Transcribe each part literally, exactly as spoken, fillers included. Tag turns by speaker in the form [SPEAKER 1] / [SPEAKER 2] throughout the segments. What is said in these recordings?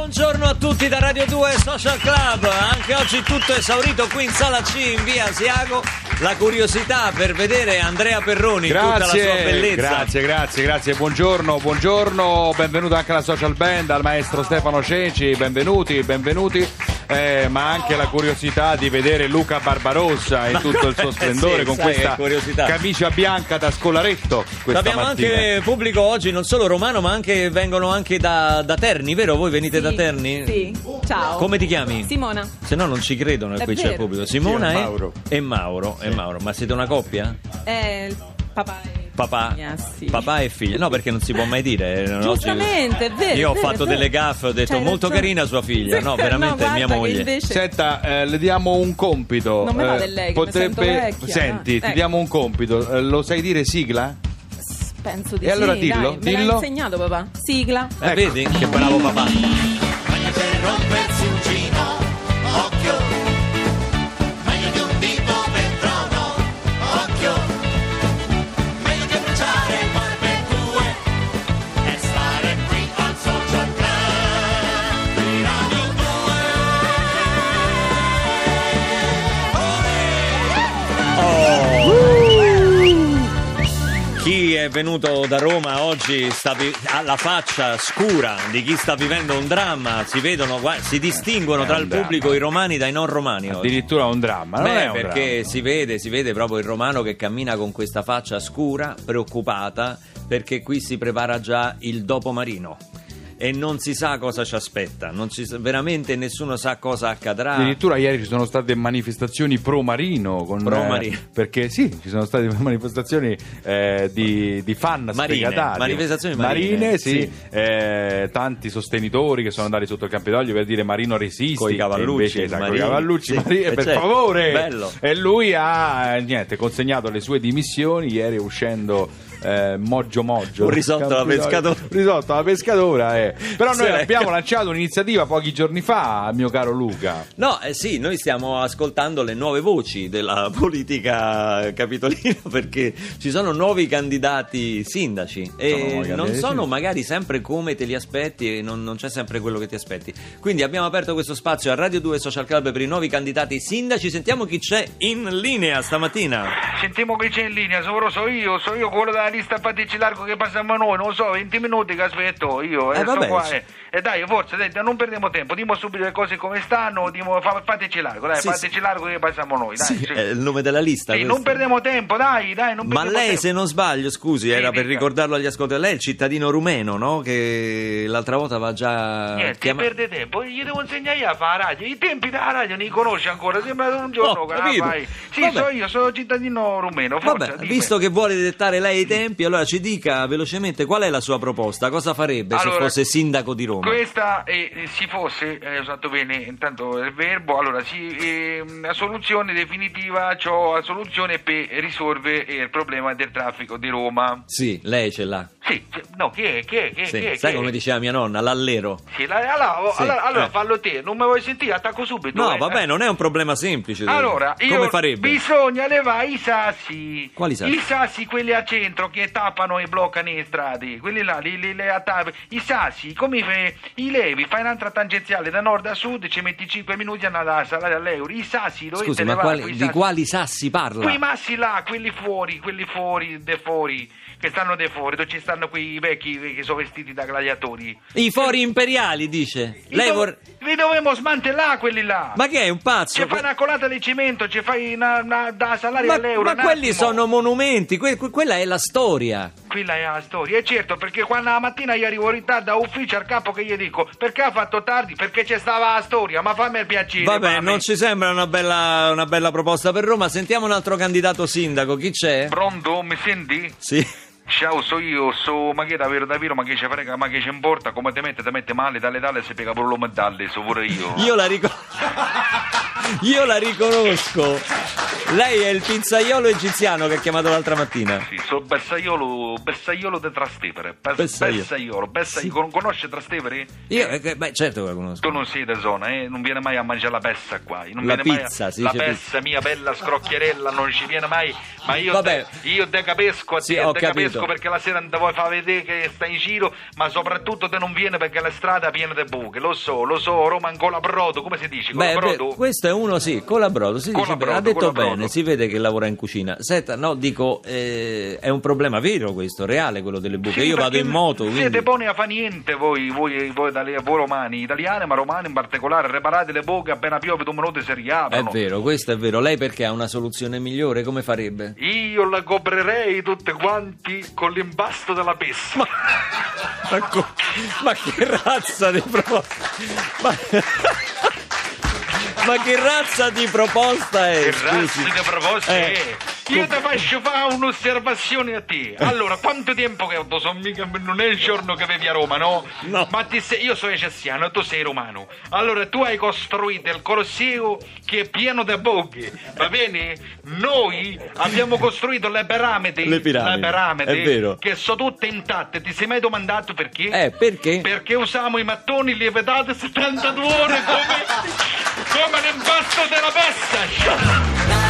[SPEAKER 1] Buongiorno a tutti da Radio due Social Club. Anche oggi tutto esaurito qui in Sala C in via Asiago. La curiosità per vedere Andrea Perroni in tutta la sua bellezza.
[SPEAKER 2] Grazie, grazie, grazie. Buongiorno, buongiorno. Benvenuto anche alla Social Band, al maestro Stefano Ceci. Benvenuti, benvenuti. Eh, ma anche la curiosità di vedere Luca Barbarossa in tutto il suo splendore, sì, con questa camicia bianca da scolaretto.
[SPEAKER 1] Abbiamo
[SPEAKER 2] mattina.
[SPEAKER 1] Anche pubblico oggi non solo romano, ma anche vengono anche da, da Terni, vero? Voi venite
[SPEAKER 3] sì,
[SPEAKER 1] da Terni?
[SPEAKER 3] Sì. Ciao.
[SPEAKER 1] Come ti chiami?
[SPEAKER 3] Simona.
[SPEAKER 1] Se no non ci credono che qui
[SPEAKER 3] vero.
[SPEAKER 1] c'è il pubblico. Simona
[SPEAKER 2] sì,
[SPEAKER 1] e
[SPEAKER 2] Mauro.
[SPEAKER 1] E Mauro,
[SPEAKER 2] sì.
[SPEAKER 1] e Mauro. Ma siete una coppia?
[SPEAKER 3] Eh, papà e
[SPEAKER 1] Papà,
[SPEAKER 3] figlia, sì.
[SPEAKER 1] papà e figlia. No, perché non si può mai dire.
[SPEAKER 3] Giustamente,
[SPEAKER 1] Oggi...
[SPEAKER 3] è vero.
[SPEAKER 1] Io ho
[SPEAKER 3] è vero,
[SPEAKER 1] fatto
[SPEAKER 3] è vero.
[SPEAKER 1] delle gaffe, ho detto
[SPEAKER 3] C'hai
[SPEAKER 1] molto
[SPEAKER 3] ragione.
[SPEAKER 1] carina sua figlia. No, veramente
[SPEAKER 3] no,
[SPEAKER 1] è mia
[SPEAKER 3] guarda che
[SPEAKER 1] moglie.
[SPEAKER 3] invece...
[SPEAKER 2] Senta, eh, le diamo un compito.
[SPEAKER 3] Non me va
[SPEAKER 2] eh,
[SPEAKER 3] del lei, che
[SPEAKER 2] potrebbe...
[SPEAKER 3] mi sento vecchia.
[SPEAKER 2] Senti,
[SPEAKER 3] Ah,
[SPEAKER 2] ti
[SPEAKER 3] ecco.
[SPEAKER 2] diamo un compito. Eh, lo sai dire sigla?
[SPEAKER 3] Penso di
[SPEAKER 2] E
[SPEAKER 3] sì,
[SPEAKER 2] allora dillo,
[SPEAKER 3] dai. Me
[SPEAKER 2] dillo.
[SPEAKER 3] l'ha insegnato papà. Sigla.
[SPEAKER 1] Eh,
[SPEAKER 2] Ecco.
[SPEAKER 1] Vedi? Che bravo papà.
[SPEAKER 4] Meglio che rompersi un gino, occhio. Meglio di un dito per trono, occhio. Meglio che bruciare barbe tue e stare qui al Social Club di Radio
[SPEAKER 1] Chi è venuto da Roma oggi sta vi- ha la faccia scura di chi sta vivendo un dramma. Si vedono, guarda, si distinguono
[SPEAKER 2] È
[SPEAKER 1] tra
[SPEAKER 2] un
[SPEAKER 1] il
[SPEAKER 2] dramma.
[SPEAKER 1] pubblico i romani dai non romani oggi.
[SPEAKER 2] Addirittura un dramma. Non
[SPEAKER 1] Beh,
[SPEAKER 2] è un
[SPEAKER 1] perché
[SPEAKER 2] dramma.
[SPEAKER 1] si vede, si vede proprio il romano che cammina con questa faccia scura, preoccupata, perché qui si prepara già il dopo Marino. E non si sa cosa ci aspetta, non ci sa- veramente nessuno sa cosa accadrà.
[SPEAKER 2] Addirittura ieri ci sono state manifestazioni pro Marino, con,
[SPEAKER 1] Pro
[SPEAKER 2] eh,
[SPEAKER 1] Marino.
[SPEAKER 2] perché sì, ci sono state manifestazioni eh, di, di fan
[SPEAKER 1] Marine,
[SPEAKER 2] sfegatati.
[SPEAKER 1] manifestazioni marine,
[SPEAKER 2] marine, sì,
[SPEAKER 1] sì.
[SPEAKER 2] Eh, tanti sostenitori che sono andati sotto il Campidoglio per dire Marino resisti,
[SPEAKER 1] Coi cavallucci,
[SPEAKER 2] e invece, esatto, coi
[SPEAKER 1] Marini,
[SPEAKER 2] cavallucci,
[SPEAKER 1] sì,
[SPEAKER 2] Marini,
[SPEAKER 1] eh,
[SPEAKER 2] per
[SPEAKER 1] certo,
[SPEAKER 2] favore.
[SPEAKER 1] bello.
[SPEAKER 2] E lui ha eh, niente, consegnato le sue dimissioni ieri uscendo eh, Moggio Moggio
[SPEAKER 1] Un risotto alla
[SPEAKER 2] Campidoglio.
[SPEAKER 1] pescatora.
[SPEAKER 2] Un risotto alla pescatora, eh. Però noi
[SPEAKER 1] Sì,
[SPEAKER 2] abbiamo
[SPEAKER 1] ecco.
[SPEAKER 2] lanciato un'iniziativa pochi giorni fa, mio caro Luca.
[SPEAKER 1] No, eh sì, noi stiamo ascoltando le nuove voci della politica capitolina perché ci sono nuovi candidati sindaci e
[SPEAKER 2] Sono nuovi
[SPEAKER 1] non
[SPEAKER 2] candidati
[SPEAKER 1] sono
[SPEAKER 2] sindaci.
[SPEAKER 1] magari sempre come te li aspetti e non, non c'è sempre quello che ti aspetti. Quindi abbiamo aperto questo spazio a Radio due Social Club per i nuovi candidati sindaci. Sentiamo chi c'è in linea stamattina.
[SPEAKER 5] Sentiamo che c'è in linea, so, so io, so io quello della lista Fateci Largo che passiamo noi, non lo so, venti minuti che aspetto io,
[SPEAKER 1] Eh,
[SPEAKER 5] eh, sto
[SPEAKER 1] vabbè,
[SPEAKER 5] qua,
[SPEAKER 1] sì.
[SPEAKER 5] eh. E dai, forza, dai, non perdiamo tempo, dimo subito le cose come stanno, dimo, fa, fateci largo, dai,
[SPEAKER 1] Sì,
[SPEAKER 5] fateci
[SPEAKER 1] sì.
[SPEAKER 5] largo che passiamo noi, dai.
[SPEAKER 1] Sì,
[SPEAKER 5] sì.
[SPEAKER 1] è il nome della lista.
[SPEAKER 5] Sì,
[SPEAKER 1] questo.
[SPEAKER 5] non perdiamo tempo, dai, dai, non
[SPEAKER 1] Ma
[SPEAKER 5] perdiamo
[SPEAKER 1] lei,
[SPEAKER 5] tempo.
[SPEAKER 1] se non sbaglio, scusi,
[SPEAKER 5] Sì,
[SPEAKER 1] era per
[SPEAKER 5] dica.
[SPEAKER 1] ricordarlo agli ascoltatori, lei è il cittadino rumeno, no? Che l'altra volta va già
[SPEAKER 5] Niente,
[SPEAKER 1] chiamato.
[SPEAKER 5] perde tempo, gli devo insegnare io a fare la radio, i tempi della radio ne conosci ancora, sembra un giorno
[SPEAKER 1] Oh,
[SPEAKER 5] che la
[SPEAKER 1] capito.
[SPEAKER 5] fai. Sì,
[SPEAKER 1] Vabbè.
[SPEAKER 5] so io, sono cittadino rumeno, forza,
[SPEAKER 1] Vabbè,
[SPEAKER 5] dimmi.
[SPEAKER 1] visto che vuole dettare lei i tempi, allora ci dica velocemente qual è la sua proposta, cosa farebbe se
[SPEAKER 5] Allora,
[SPEAKER 1] fosse sindaco di Roma?
[SPEAKER 5] Questa eh, si fosse, eh, usato bene intanto il verbo, allora si, eh, la soluzione definitiva, cioè la soluzione per risolvere il problema del traffico di Roma.
[SPEAKER 1] Sì, lei ce l'ha.
[SPEAKER 5] Sì, cioè, no, chi è? Chi è? Chi è?
[SPEAKER 1] Sì.
[SPEAKER 5] Chi è?
[SPEAKER 1] Sai
[SPEAKER 5] Chi è?
[SPEAKER 1] come diceva mia nonna, l'allero.
[SPEAKER 5] Sì, la- allora,
[SPEAKER 1] Sì,
[SPEAKER 5] allora, allora
[SPEAKER 1] eh.
[SPEAKER 5] fallo te, non mi vuoi sentire, attacco subito.
[SPEAKER 1] No,
[SPEAKER 5] eh.
[SPEAKER 1] vabbè, non è un problema semplice.
[SPEAKER 5] Allora, io
[SPEAKER 1] come farebbe?
[SPEAKER 5] bisogna levare i sassi.
[SPEAKER 1] Quali sassi?
[SPEAKER 5] I sassi, quelli a centro che tappano e bloccano le strade. Quelli là, li, li, li attappi. I sassi, come fai? I levi, fai un'altra tangenziale da nord a sud, ci metti cinque minuti a andare a salare all'euro. I sassi dovete
[SPEAKER 1] Scusi, ma
[SPEAKER 5] levare
[SPEAKER 1] quali-
[SPEAKER 5] quei
[SPEAKER 1] di
[SPEAKER 5] sassi.
[SPEAKER 1] quali sassi parla?
[SPEAKER 5] Quei massi là, quelli fuori, quelli fuori, de fuori, che stanno de fuori, dove ci stanno quei vecchi che sono vestiti da gladiatori.
[SPEAKER 1] I fori imperiali, dice.
[SPEAKER 5] Li
[SPEAKER 1] Lei
[SPEAKER 5] dov-
[SPEAKER 1] vor...
[SPEAKER 5] Li dovevamo smantellare quelli là.
[SPEAKER 1] Ma che è un pazzo?
[SPEAKER 5] Ci fai una colata di cemento, ci fai una, una, da salare
[SPEAKER 1] Ma,
[SPEAKER 5] all'euro.
[SPEAKER 1] ma
[SPEAKER 5] un
[SPEAKER 1] quelli
[SPEAKER 5] attimo.
[SPEAKER 1] sono monumenti, que- que- quella è la storia.
[SPEAKER 5] Quella è la storia, e certo, perché quando la mattina io arrivo in ritardo a ufficio al capo che gli dico perché ha fatto tardi? Perché c'è stava la storia, ma fammi il piacere.
[SPEAKER 1] Vabbè,
[SPEAKER 5] fammi.
[SPEAKER 1] non ci sembra una bella, una bella proposta per Roma. Sentiamo un altro candidato sindaco, chi c'è?
[SPEAKER 5] Pronto, mi senti?
[SPEAKER 1] Sì.
[SPEAKER 5] Ciao, so io, so, ma che davvero, davvero, ma che ci frega, ma che ci importa, come te mette, te mette male, dalle dalle si piega pure lo medalle, so pure io.
[SPEAKER 1] Io la riconosco. Io la riconosco. Lei è il pizzaiolo egiziano che ha chiamato l'altra mattina.
[SPEAKER 5] Sì, sono Bessaiolo, Bessaiolo di Trastevere. Bes-
[SPEAKER 1] Bessaiolo.
[SPEAKER 5] Bessaiolo, Bessaiolo. Con- Conosce Trastevere?
[SPEAKER 1] Io, eh, beh, certo che la conosco.
[SPEAKER 5] Tu non sei di zona, eh? Non viene mai a mangiare la pessa qua. Non
[SPEAKER 1] La
[SPEAKER 5] viene
[SPEAKER 1] pizza,
[SPEAKER 5] mai a...
[SPEAKER 1] si
[SPEAKER 5] La
[SPEAKER 1] dice
[SPEAKER 5] pessa mia bella scrocchierella non ci viene mai. Ma io,
[SPEAKER 1] Vabbè.
[SPEAKER 5] te, io te capisco, a
[SPEAKER 1] Sì,
[SPEAKER 5] te,
[SPEAKER 1] ho
[SPEAKER 5] te
[SPEAKER 1] capito.
[SPEAKER 5] capisco perché la sera non ti vuoi far vedere che stai in giro, ma soprattutto te non viene perché la strada è piena di buche. Lo so, lo so, Roma ancora brodo, come si dice?
[SPEAKER 1] Beh,
[SPEAKER 5] Colabrodo?
[SPEAKER 1] beh, questo è uno, sì, colabrodo, si dice
[SPEAKER 5] Colabrodo,
[SPEAKER 1] bene. Ha detto
[SPEAKER 5] colabrodo.
[SPEAKER 1] bene, si vede che lavora in cucina. Senta, no, dico, eh, è un problema vero questo, reale quello delle buche.
[SPEAKER 5] Sì,
[SPEAKER 1] Io vado
[SPEAKER 5] perché
[SPEAKER 1] in moto, quindi...
[SPEAKER 5] siete buoni a fa niente voi, voi, voi, voi, voi romani, italiani, ma romani in particolare, reparate le buche appena piove due minuti si
[SPEAKER 1] È
[SPEAKER 5] riaprono.
[SPEAKER 1] vero, questo è vero. Lei perché ha una soluzione migliore? Come farebbe?
[SPEAKER 5] Io la coprerei tutte quanti con l'impasto della pessa.
[SPEAKER 1] Ma, ma, co- ma che razza di proposta? Ma, ma che razza di proposta è?
[SPEAKER 5] Che
[SPEAKER 1] scusi?
[SPEAKER 5] razza di proposta
[SPEAKER 1] Eh,
[SPEAKER 5] è? Io ti faccio fare un'osservazione a te. Allora, quanto tempo che tu sono mica non è il giorno che vivi a Roma, no?
[SPEAKER 1] No.
[SPEAKER 5] Ma ti sei, io sono egiziano e tu sei romano. Allora, tu hai costruito il Colosseo che è pieno di buche, va bene? Noi abbiamo costruito le piramidi,
[SPEAKER 1] Le piramidi,
[SPEAKER 5] piramidi
[SPEAKER 1] è vero.
[SPEAKER 5] che sono tutte intatte. Ti sei mai domandato perché?
[SPEAKER 1] Eh, perché?
[SPEAKER 5] Perché usiamo i mattoni lievitati settantadue ore come, come l'impasto della pesta.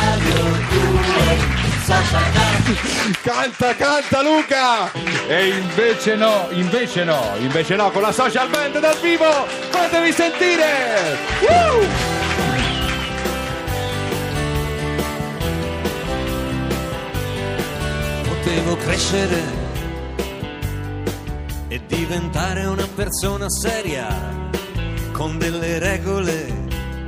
[SPEAKER 2] Canta, canta Luca! E invece no, invece no, invece no, con la social band dal vivo, fatevi sentire! Woo!
[SPEAKER 1] Potevo crescere e diventare una persona seria, con delle regole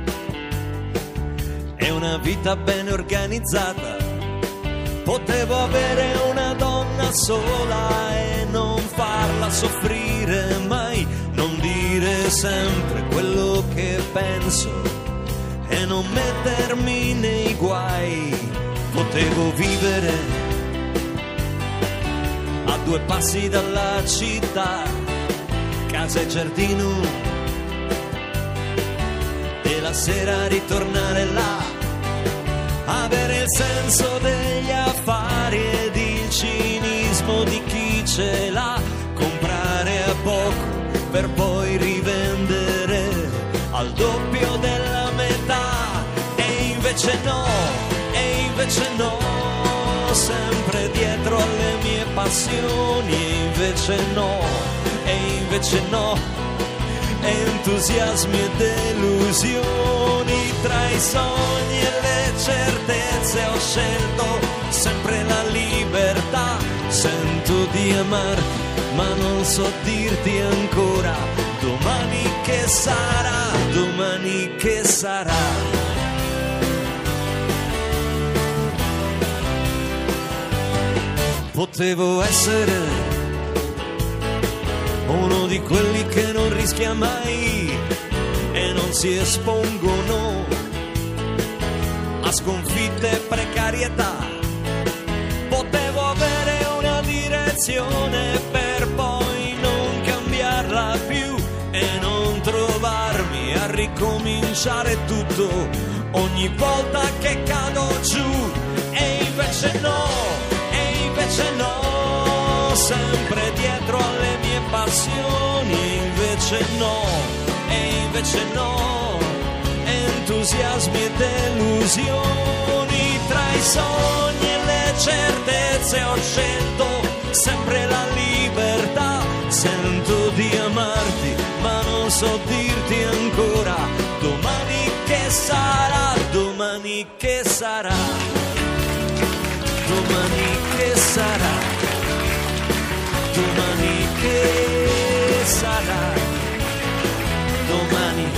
[SPEAKER 1] e una vita ben organizzata. Potevo avere una donna sola e non farla soffrire mai, non dire sempre quello che penso e non mettermi nei guai. Potevo vivere a due passi dalla città, casa e giardino, e la sera ritornare là, avere il senso degli affari ed il cinismo di chi ce l'ha, comprare a poco per poi rivendere al doppio della metà. E invece no, e invece no, sempre dietro alle mie passioni. E invece no, e invece no, entusiasmi e delusioni, tra i sogni e le certezze ho scelto sempre la libertà. Sento di amarti ma non so dirti ancora domani che sarà, domani che sarà. Potevo essere uno di quelli che non rischia mai e non si espongono a sconfitte e precarietà. Potevo avere una direzione per poi non cambiarla più e non trovarmi a ricominciare tutto ogni volta che cado giù. E invece no, e invece no, sempre dietro alle mie passioni. E invece no, e invece no, entusiasmi e delusioni, tra i sogni e le certezze ho scelto sempre la libertà. Sento di amarti ma non so dirti ancora domani che sarà, domani che sarà, domani che sarà, domani che sarà, domani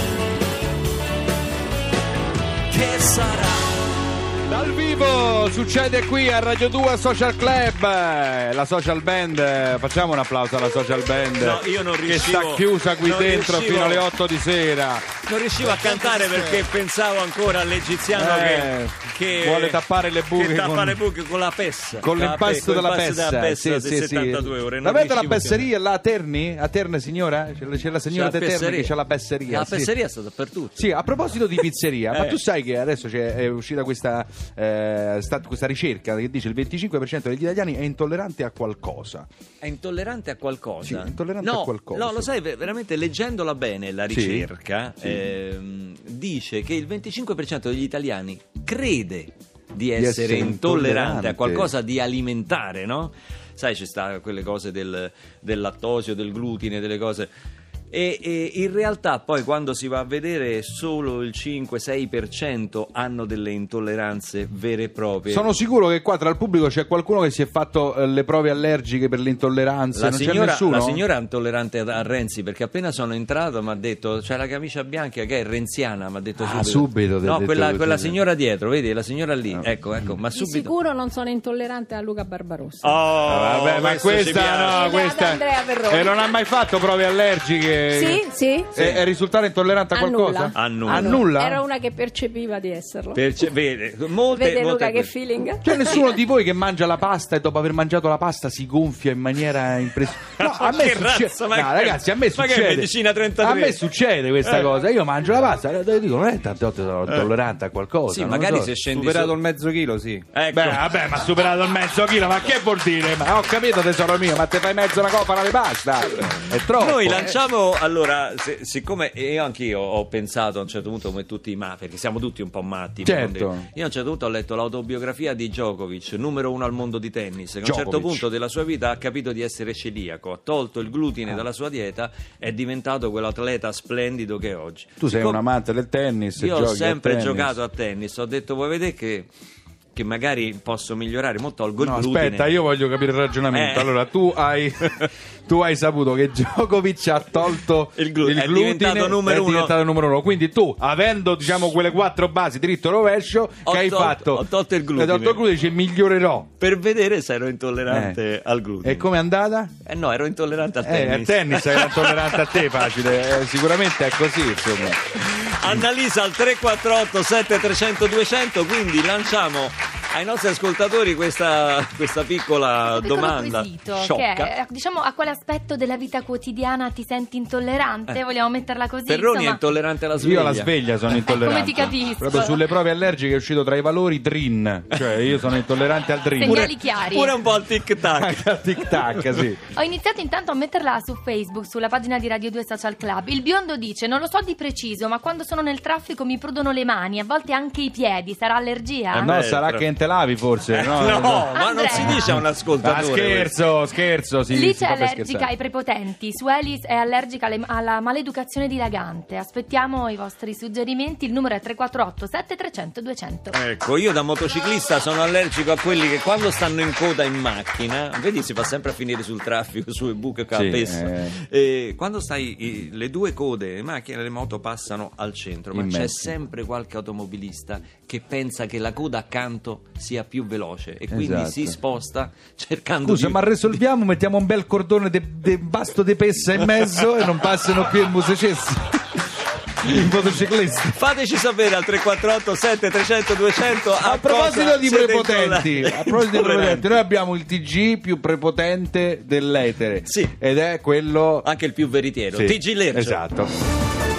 [SPEAKER 1] che sarà.
[SPEAKER 2] Dal vivo succede qui a Radio due Social Club, la social band, facciamo un applauso alla social band
[SPEAKER 1] No, io non
[SPEAKER 2] che
[SPEAKER 1] riuscivo-
[SPEAKER 2] sta chiusa qui
[SPEAKER 1] non
[SPEAKER 2] dentro
[SPEAKER 1] riuscivo-
[SPEAKER 2] fino alle otto di sera.
[SPEAKER 1] non riuscivo a cantare perché pensavo ancora all'egiziano
[SPEAKER 2] Eh,
[SPEAKER 1] che, che
[SPEAKER 2] vuole tappare le buche
[SPEAKER 1] che tappa
[SPEAKER 2] con-
[SPEAKER 1] le buche con la pessa,
[SPEAKER 2] Con
[SPEAKER 1] la
[SPEAKER 2] l'impasto
[SPEAKER 1] pe-
[SPEAKER 2] della
[SPEAKER 1] con l'impasto
[SPEAKER 2] pessa,
[SPEAKER 1] della pessa
[SPEAKER 2] sì,
[SPEAKER 1] di
[SPEAKER 2] sì, sì.
[SPEAKER 1] settantadue ore. non
[SPEAKER 2] L'avete la
[SPEAKER 1] riuscivo più a-
[SPEAKER 2] pesseria là a Terni? A Terni, signora? C'è, c'è la signora
[SPEAKER 1] C'è
[SPEAKER 2] di
[SPEAKER 1] la
[SPEAKER 2] Terni
[SPEAKER 1] pesseria.
[SPEAKER 2] che c'ha la pesseria.
[SPEAKER 1] La
[SPEAKER 2] sì.
[SPEAKER 1] pesseria sta dappertutto.
[SPEAKER 2] Sì, a proposito di pizzeria, ma
[SPEAKER 1] Eh.
[SPEAKER 2] tu sai che adesso c'è, è uscita questa, eh, sta- questa ricerca che dice il venticinque per cento degli italiani è intollerante a qualcosa.
[SPEAKER 1] È intollerante a qualcosa?
[SPEAKER 2] Sì, intollerante
[SPEAKER 1] no,
[SPEAKER 2] a qualcosa.
[SPEAKER 1] No, lo sai, ver- veramente leggendola bene la
[SPEAKER 2] Sì,
[SPEAKER 1] ricerca,
[SPEAKER 2] sì.
[SPEAKER 1] ehm, dice che il venticinque per cento degli italiani crede di essere,
[SPEAKER 2] essere
[SPEAKER 1] intollerante
[SPEAKER 2] intollerante.
[SPEAKER 1] a qualcosa di alimentare, no? Sai, ci sta quelle cose del, del lattosio, del glutine, delle cose... E, e in realtà poi quando si va a vedere solo il cinque sei per cento hanno delle intolleranze vere e proprie.
[SPEAKER 2] Sono sicuro che qua tra il pubblico c'è qualcuno che si è fatto eh, le prove allergiche per l'intolleranza.
[SPEAKER 1] La
[SPEAKER 2] non
[SPEAKER 1] signora,
[SPEAKER 2] c'è nessuno?
[SPEAKER 1] la signora è intollerante a, a Renzi perché appena sono entrato mi ha detto c'è la camicia bianca che è renziana, mi ha detto
[SPEAKER 2] Ah,
[SPEAKER 1] subito.
[SPEAKER 2] subito ti ha
[SPEAKER 1] No,
[SPEAKER 2] detto
[SPEAKER 1] quella,
[SPEAKER 2] così.
[SPEAKER 1] quella signora dietro, vedi, la signora lì. Ecco, ecco, ma
[SPEAKER 6] Di
[SPEAKER 1] subito.
[SPEAKER 6] sicuro non sono intollerante a Luca Barbarossa.
[SPEAKER 1] Oh,
[SPEAKER 2] Vabbè, ma
[SPEAKER 1] questo ci
[SPEAKER 2] questa
[SPEAKER 1] piace.
[SPEAKER 2] no,
[SPEAKER 6] Ad
[SPEAKER 2] questa
[SPEAKER 6] Andrea Perroni.
[SPEAKER 2] e non ha mai fatto prove allergiche.
[SPEAKER 6] Sì, sì.
[SPEAKER 2] E, e risultare intollerante a
[SPEAKER 6] A
[SPEAKER 2] qualcosa?
[SPEAKER 6] nulla.
[SPEAKER 1] A nulla.
[SPEAKER 2] A nulla?
[SPEAKER 6] Era una che percepiva di esserlo.
[SPEAKER 1] Perce- vede, molte,
[SPEAKER 6] Vede
[SPEAKER 1] molte
[SPEAKER 6] Luca che
[SPEAKER 1] queste.
[SPEAKER 6] feeling?
[SPEAKER 2] C'è nessuno di voi che mangia la pasta e dopo aver mangiato la pasta si gonfia in maniera impressionante? No, a me
[SPEAKER 1] Che
[SPEAKER 2] succede.
[SPEAKER 1] razza, ma
[SPEAKER 2] No,
[SPEAKER 1] che-
[SPEAKER 2] ragazzi, a me
[SPEAKER 1] ma che è
[SPEAKER 2] succede.
[SPEAKER 1] medicina trentatré?
[SPEAKER 2] A me succede questa
[SPEAKER 1] Eh.
[SPEAKER 2] cosa. Io mangio la pasta e dico, non è tanto sono intollerante a qualcosa.
[SPEAKER 1] Sì,
[SPEAKER 2] non
[SPEAKER 1] magari
[SPEAKER 2] lo so.
[SPEAKER 1] se scendi
[SPEAKER 7] Superato
[SPEAKER 1] su-
[SPEAKER 7] il mezzo chilo, sì.
[SPEAKER 1] Ecco.
[SPEAKER 2] Beh, vabbè, ma ha superato il mezzo chilo, ma che vuol dire? Ma ho capito, tesoro mio, ma te fai mezzo una coppa di pasta? È troppo.
[SPEAKER 1] Noi
[SPEAKER 2] eh.
[SPEAKER 1] lanciamo, allora, se- siccome io anch'io ho pensato a un certo punto come tutti i matti, perché siamo tutti un po' matti.
[SPEAKER 2] Certo.
[SPEAKER 1] per non dire. Io a un certo punto ho letto l'autobiografia di Djokovic, numero uno al mondo di tennis, che a un certo
[SPEAKER 2] Djokovic.
[SPEAKER 1] punto della sua vita ha capito di essere celiaco, ha tolto il
[SPEAKER 2] Ah.
[SPEAKER 1] glutine dalla sua dieta, è diventato quell'atleta splendido che è oggi.
[SPEAKER 2] Tu sei
[SPEAKER 1] Siccome
[SPEAKER 2] un amante del tennis.
[SPEAKER 1] Io ho
[SPEAKER 2] giochi a
[SPEAKER 1] sempre
[SPEAKER 2] tennis.
[SPEAKER 1] giocato a tennis, ho detto vuoi vedere che, che magari posso migliorare, mo tolgo il
[SPEAKER 2] No,
[SPEAKER 1] glutine.
[SPEAKER 2] aspetta, io voglio capire il ragionamento.
[SPEAKER 1] Eh.
[SPEAKER 2] Allora, tu hai, tu hai saputo che Djokovic ha tolto
[SPEAKER 1] Il glu- è
[SPEAKER 2] glutine,
[SPEAKER 1] diventato numero
[SPEAKER 2] è
[SPEAKER 1] uno.
[SPEAKER 2] diventato numero uno. Quindi tu, avendo diciamo quelle quattro basi dritto rovescio,
[SPEAKER 1] Ho
[SPEAKER 2] che hai
[SPEAKER 1] tolto-
[SPEAKER 2] fatto?
[SPEAKER 1] ho tolto il glutine.
[SPEAKER 2] Hai tolto il glutine, dici migliorerò.
[SPEAKER 1] Per vedere se ero intollerante
[SPEAKER 2] Eh.
[SPEAKER 1] al glutine.
[SPEAKER 2] E com'è andata?
[SPEAKER 1] Eh no, ero intollerante al
[SPEAKER 2] Eh,
[SPEAKER 1] tennis.
[SPEAKER 2] al tennis era intollerante a te, facile. Eh, sicuramente è così, insomma.
[SPEAKER 1] Annalisa al tre quattro otto sette tre zero zero due zero zero, quindi lanciamo ai nostri ascoltatori questa, questa piccola
[SPEAKER 8] Un piccolo
[SPEAKER 1] domanda
[SPEAKER 8] quesito,
[SPEAKER 1] sciocca.
[SPEAKER 8] che è, diciamo, a quale aspetto della vita quotidiana ti senti intollerante?
[SPEAKER 1] Eh.
[SPEAKER 8] Vogliamo metterla così?
[SPEAKER 1] Perroni è
[SPEAKER 8] insomma.
[SPEAKER 1] intollerante alla sveglia.
[SPEAKER 2] Io alla sveglia sono intollerante.
[SPEAKER 8] Come ti capisco?
[SPEAKER 2] Proprio sulle prove allergiche è uscito tra i valori Drin. Cioè, io sono intollerante al Drin.
[SPEAKER 8] Segnali chiari.
[SPEAKER 1] Pure un po' al tic tac.
[SPEAKER 2] Anche al tic tac, sì.
[SPEAKER 8] Ho iniziato intanto a metterla su Facebook, sulla pagina di Radio due Social Club. Il biondo dice: non lo so di preciso, ma quando sono nel traffico mi prudono le mani, a volte anche i piedi. Sarà allergia?
[SPEAKER 2] Eh, no,
[SPEAKER 1] Beh,
[SPEAKER 2] sarà
[SPEAKER 1] però-
[SPEAKER 2] che te lavi forse. No,
[SPEAKER 1] No,
[SPEAKER 2] no.
[SPEAKER 1] ma non si dice a un
[SPEAKER 2] Ah,
[SPEAKER 1] ascoltatore.
[SPEAKER 2] scherzo, scherzo. Si,
[SPEAKER 8] Lice
[SPEAKER 2] si
[SPEAKER 8] è
[SPEAKER 2] fa per
[SPEAKER 8] allergica
[SPEAKER 2] scherzare.
[SPEAKER 8] ai prepotenti, Suelis è allergica alle- alla maleducazione dilagante. Aspettiamo i vostri suggerimenti, il numero è tre quattro otto sette tre zero zero due zero zero.
[SPEAKER 1] Ecco, io da motociclista sono allergico a quelli che quando stanno in coda in macchina, vedi, si fa sempre a finire sul traffico, sulle buche che
[SPEAKER 2] Sì,
[SPEAKER 1] appessa.
[SPEAKER 2] eh.
[SPEAKER 1] E quando stai i- le due code, le macchine e le moto passano al centro, ma
[SPEAKER 2] In
[SPEAKER 1] c'è
[SPEAKER 2] mezzo.
[SPEAKER 1] sempre qualche automobilista che pensa che la coda accanto sia più veloce e quindi
[SPEAKER 2] Esatto.
[SPEAKER 1] si sposta cercando
[SPEAKER 2] Scusa,
[SPEAKER 1] di...
[SPEAKER 2] ma risolviamo, mettiamo un bel cordone de, de basto de pessa in mezzo e non passano più i musicisti. I motociclisti.
[SPEAKER 1] Fateci sapere al tre quattro otto sette tre zero zero due zero zero
[SPEAKER 2] A proposito di prepotenti, a proposito di prepotenti, noi
[SPEAKER 1] noi
[SPEAKER 2] abbiamo il T G più prepotente dell'etere.
[SPEAKER 1] Sì.
[SPEAKER 2] Ed è quello.
[SPEAKER 1] anche il più veritiero,
[SPEAKER 2] Sì,
[SPEAKER 1] T G Lercio.
[SPEAKER 2] Esatto.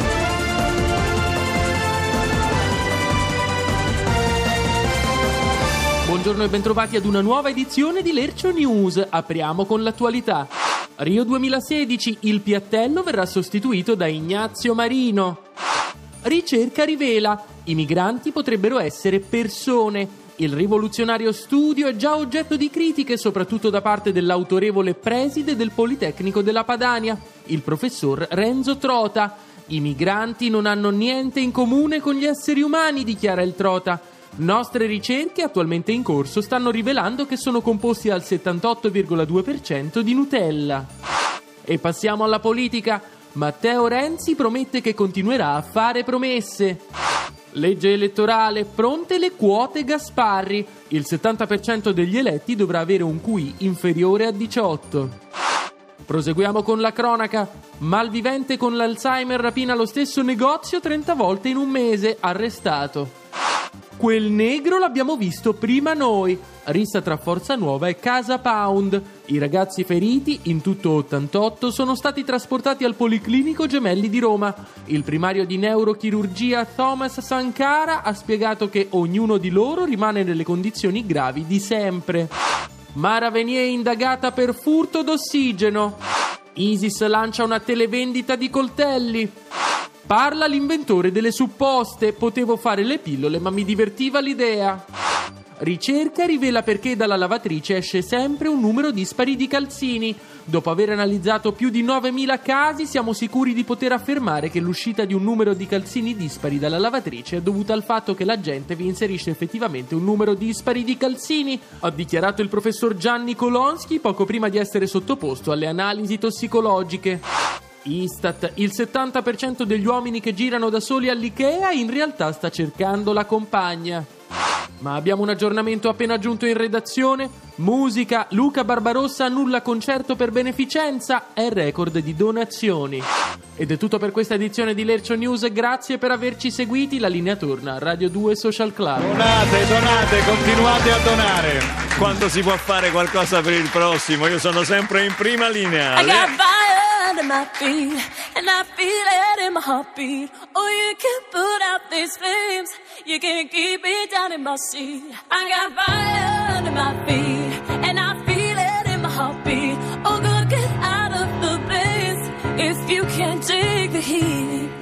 [SPEAKER 9] Buongiorno e bentrovati ad una nuova edizione di Lercio News. Apriamo con l'attualità. Rio duemilasedici, il piattello verrà sostituito da Ignazio Marino. Ricerca rivela, i migranti potrebbero essere persone. Il rivoluzionario studio è già oggetto di critiche, soprattutto da parte dell'autorevole preside del Politecnico della Padania, il professor Renzo Trota. I migranti non hanno niente in comune con gli esseri umani, dichiara il Trota. Nostre ricerche attualmente in corso stanno rivelando che sono composti al settantotto virgola due per cento di Nutella. E passiamo alla politica. Matteo Renzi promette che continuerà a fare promesse. Legge elettorale, pronte le quote Gasparri. Il settanta per cento degli eletti dovrà avere un Q I inferiore a diciotto. Proseguiamo con la cronaca. Malvivente con l'Alzheimer rapina lo stesso negozio trenta volte in un mese, arrestato. Quel negro l'abbiamo visto prima noi. Rissa tra Forza Nuova e Casa Pound. I ragazzi feriti, in tutto ottantotto, sono stati trasportati al Policlinico Gemelli di Roma. Il primario di neurochirurgia Thomas Sankara ha spiegato che ognuno di loro rimane nelle condizioni gravi di sempre. Mara Venier indagata per furto d'ossigeno. ISIS lancia una televendita di coltelli. Parla l'inventore delle supposte. Potevo fare le pillole ma mi divertiva l'idea. Ricerca rivela perché dalla lavatrice esce sempre un numero dispari di calzini. Dopo aver analizzato più di novemila casi siamo sicuri di poter affermare che l'uscita di un numero di calzini dispari dalla lavatrice è dovuta al fatto che la gente vi inserisce effettivamente un numero dispari di calzini, ha dichiarato il professor Gianni Kolonski poco prima di essere sottoposto alle analisi tossicologiche. Istat, il settanta per cento degli uomini che girano da soli all'Ikea in realtà sta cercando la compagna. Ma abbiamo un aggiornamento appena giunto in redazione. Musica, Luca Barbarossa annulla concerto per beneficenza e record di donazioni. Ed è tutto per questa edizione di Lercio News, grazie per averci seguiti, la linea torna a Radio due Social Club.
[SPEAKER 2] Donate, donate, continuate a donare.
[SPEAKER 1] Quando si può fare qualcosa per il prossimo, io sono sempre in prima linea.
[SPEAKER 7] I got fire under my feet, and I feel it in my heartbeat. Oh, you can put out these flames, you can keep it down in my seat. I got fire under my feet, and I feel it in my heartbeat. Oh, girl, get out of the blaze if you can't take the heat.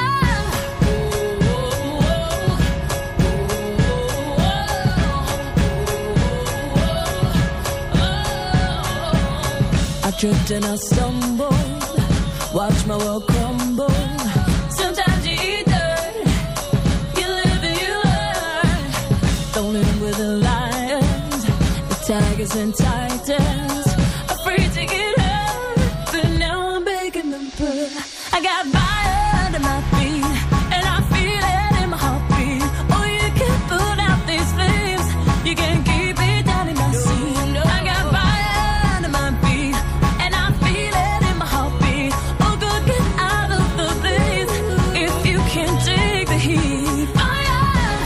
[SPEAKER 7] I tripped and I stumbled, watch my world crumble. Sometimes you eat dirt, you live and you learn. Thrown in with the lions, the tigers and titans, afraid to get hurt, but now I'm begging them purr. I got fire under my feet, and I feel it in my heartbeat. Oh, you can put out these flames, you can keep it down in my seat. I got fire under my feet, and I feel it in my heartbeat. Oh, girl, get out of the blaze if you can take the heat. Fire,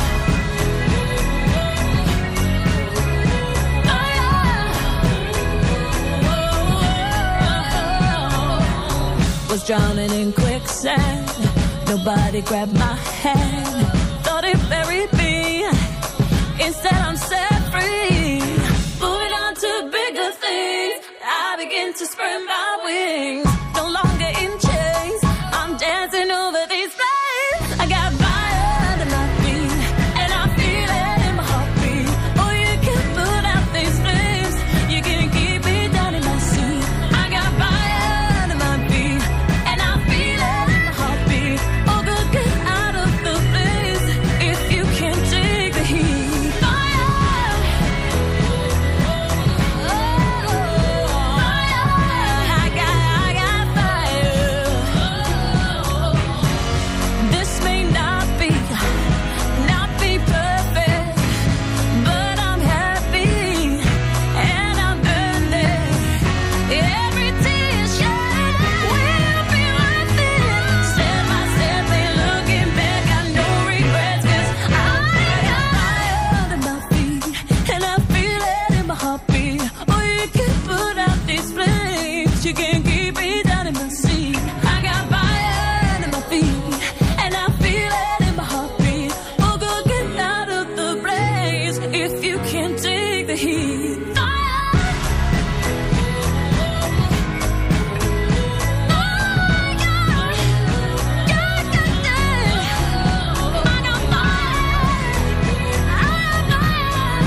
[SPEAKER 7] fire. Was drowning in quicksand, nobody grabbed my hand. Thought it buried me, instead I'm set free. Moving on to bigger things, I begin to spread my wings. No longer in chains, I'm dancing over these flames. I got fire under my feet, and I feel it in my heartbeat. Oh, you can put out these flames, you can keep it down in my seat. I got fire under my feet, and I feel it in my heartbeat. Oh, girl, get out of the blaze if you can take the heat. Fire, I got, I got fire. This may not be, not be perfect, but I'm happy and I'm burning. Every tear shed will be worth it. Step by step, ain't looking back, got no regrets, 'cause I got fire under my feet, and I feel it in my heartbeat. Oh, you can put out these flames, you can keep it down in my seat. I got fire under my feet, and I feel it in my heartbeat. Oh, go get out of the blaze if you can take the heat. Fire, oh, yeah, yeah, yeah, yeah. I got fire, I got fire.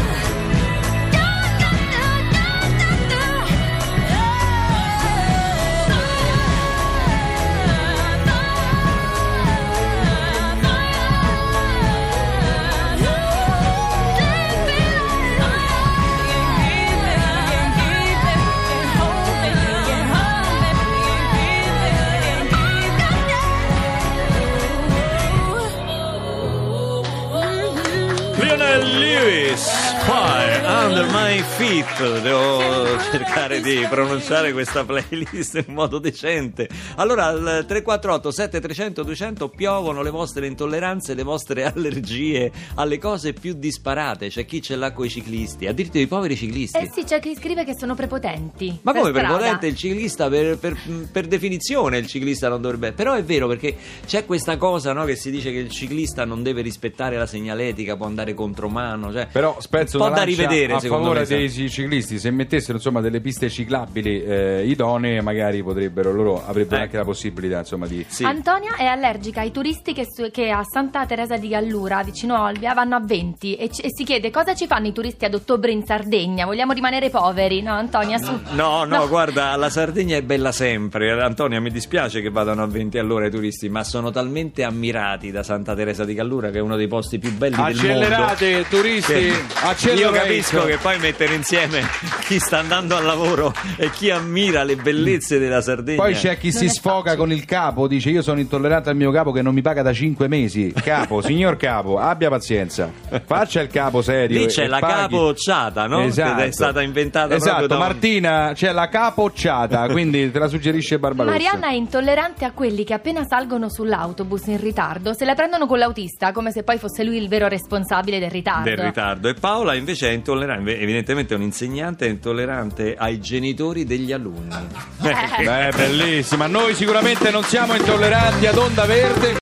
[SPEAKER 1] Lionel Lewis, Fire Under My Feet. Devo cercare di pronunciare questa playlist in modo decente. Allora al tre quattro otto sette tre zero zero due zero zero piovono le vostre intolleranze, le vostre allergie alle cose più disparate. C'è chi ce l'ha coi ciclisti, addirittura i poveri ciclisti.
[SPEAKER 8] Eh sì, c'è chi scrive che sono prepotenti.
[SPEAKER 1] Ma
[SPEAKER 8] per
[SPEAKER 1] come
[SPEAKER 8] strada.
[SPEAKER 1] prepotente il ciclista? Per, per, per definizione il ciclista non dovrebbe. Però è vero, perché c'è questa cosa, no, che si dice che il ciclista non deve rispettare la segnaletica, può andare contromano, cioè,
[SPEAKER 2] Però spezzo
[SPEAKER 1] un po'
[SPEAKER 2] una
[SPEAKER 1] da
[SPEAKER 2] lancia
[SPEAKER 1] rivedere
[SPEAKER 2] a
[SPEAKER 1] secondo
[SPEAKER 2] favore
[SPEAKER 1] me.
[SPEAKER 2] dei ciclisti. Se mettessero insomma delle piste ciclabili eh, idonee, magari potrebbero, loro avrebbero
[SPEAKER 1] Eh.
[SPEAKER 2] anche la possibilità insomma di
[SPEAKER 1] Sì.
[SPEAKER 8] Antonia è allergica ai turisti che, su- che a Santa Teresa di Gallura, vicino a Olbia, vanno a venti e, c- e si chiede cosa ci fanno i turisti ad ottobre in Sardegna. Vogliamo rimanere poveri? No, Antonia, su.
[SPEAKER 1] No, no, guarda, la Sardegna è bella sempre. Antonia, mi dispiace che vadano a venti all'ora i turisti, ma sono talmente ammirati da Santa Teresa di Gallura, che è uno dei posti più belli del mondo.
[SPEAKER 2] accelerate turisti,
[SPEAKER 1] Che
[SPEAKER 2] accelerate.
[SPEAKER 1] io capisco che poi mettere insieme chi sta andando al lavoro e chi ammira le bellezze della Sardegna.
[SPEAKER 2] Poi c'è chi
[SPEAKER 8] Non
[SPEAKER 2] si
[SPEAKER 8] è
[SPEAKER 2] sfoga
[SPEAKER 8] facile.
[SPEAKER 2] con il capo, dice io sono intollerante al mio capo che non mi paga da cinque mesi. Capo, signor capo, abbia pazienza, faccia il capo serio.
[SPEAKER 1] Lì c'è
[SPEAKER 2] e
[SPEAKER 1] la
[SPEAKER 2] paghi.
[SPEAKER 1] capocciata, no?
[SPEAKER 2] Esatto.
[SPEAKER 1] Che è stata inventata
[SPEAKER 2] esatto,
[SPEAKER 1] proprio da un-
[SPEAKER 2] Martina, c'è la capocciata, quindi te la suggerisce Barbarossa.
[SPEAKER 8] Marianna è intollerante a quelli che appena salgono sull'autobus in ritardo se la prendono con l'autista, come se poi fosse lui il vero responsabile del ritardo.
[SPEAKER 1] del ritardo. E Paola invece è intollerante, evidentemente è un insegnante, è intollerante ai genitori degli alunni.
[SPEAKER 2] Beh, bellissima. Noi sicuramente non siamo intolleranti ad Onda Verde.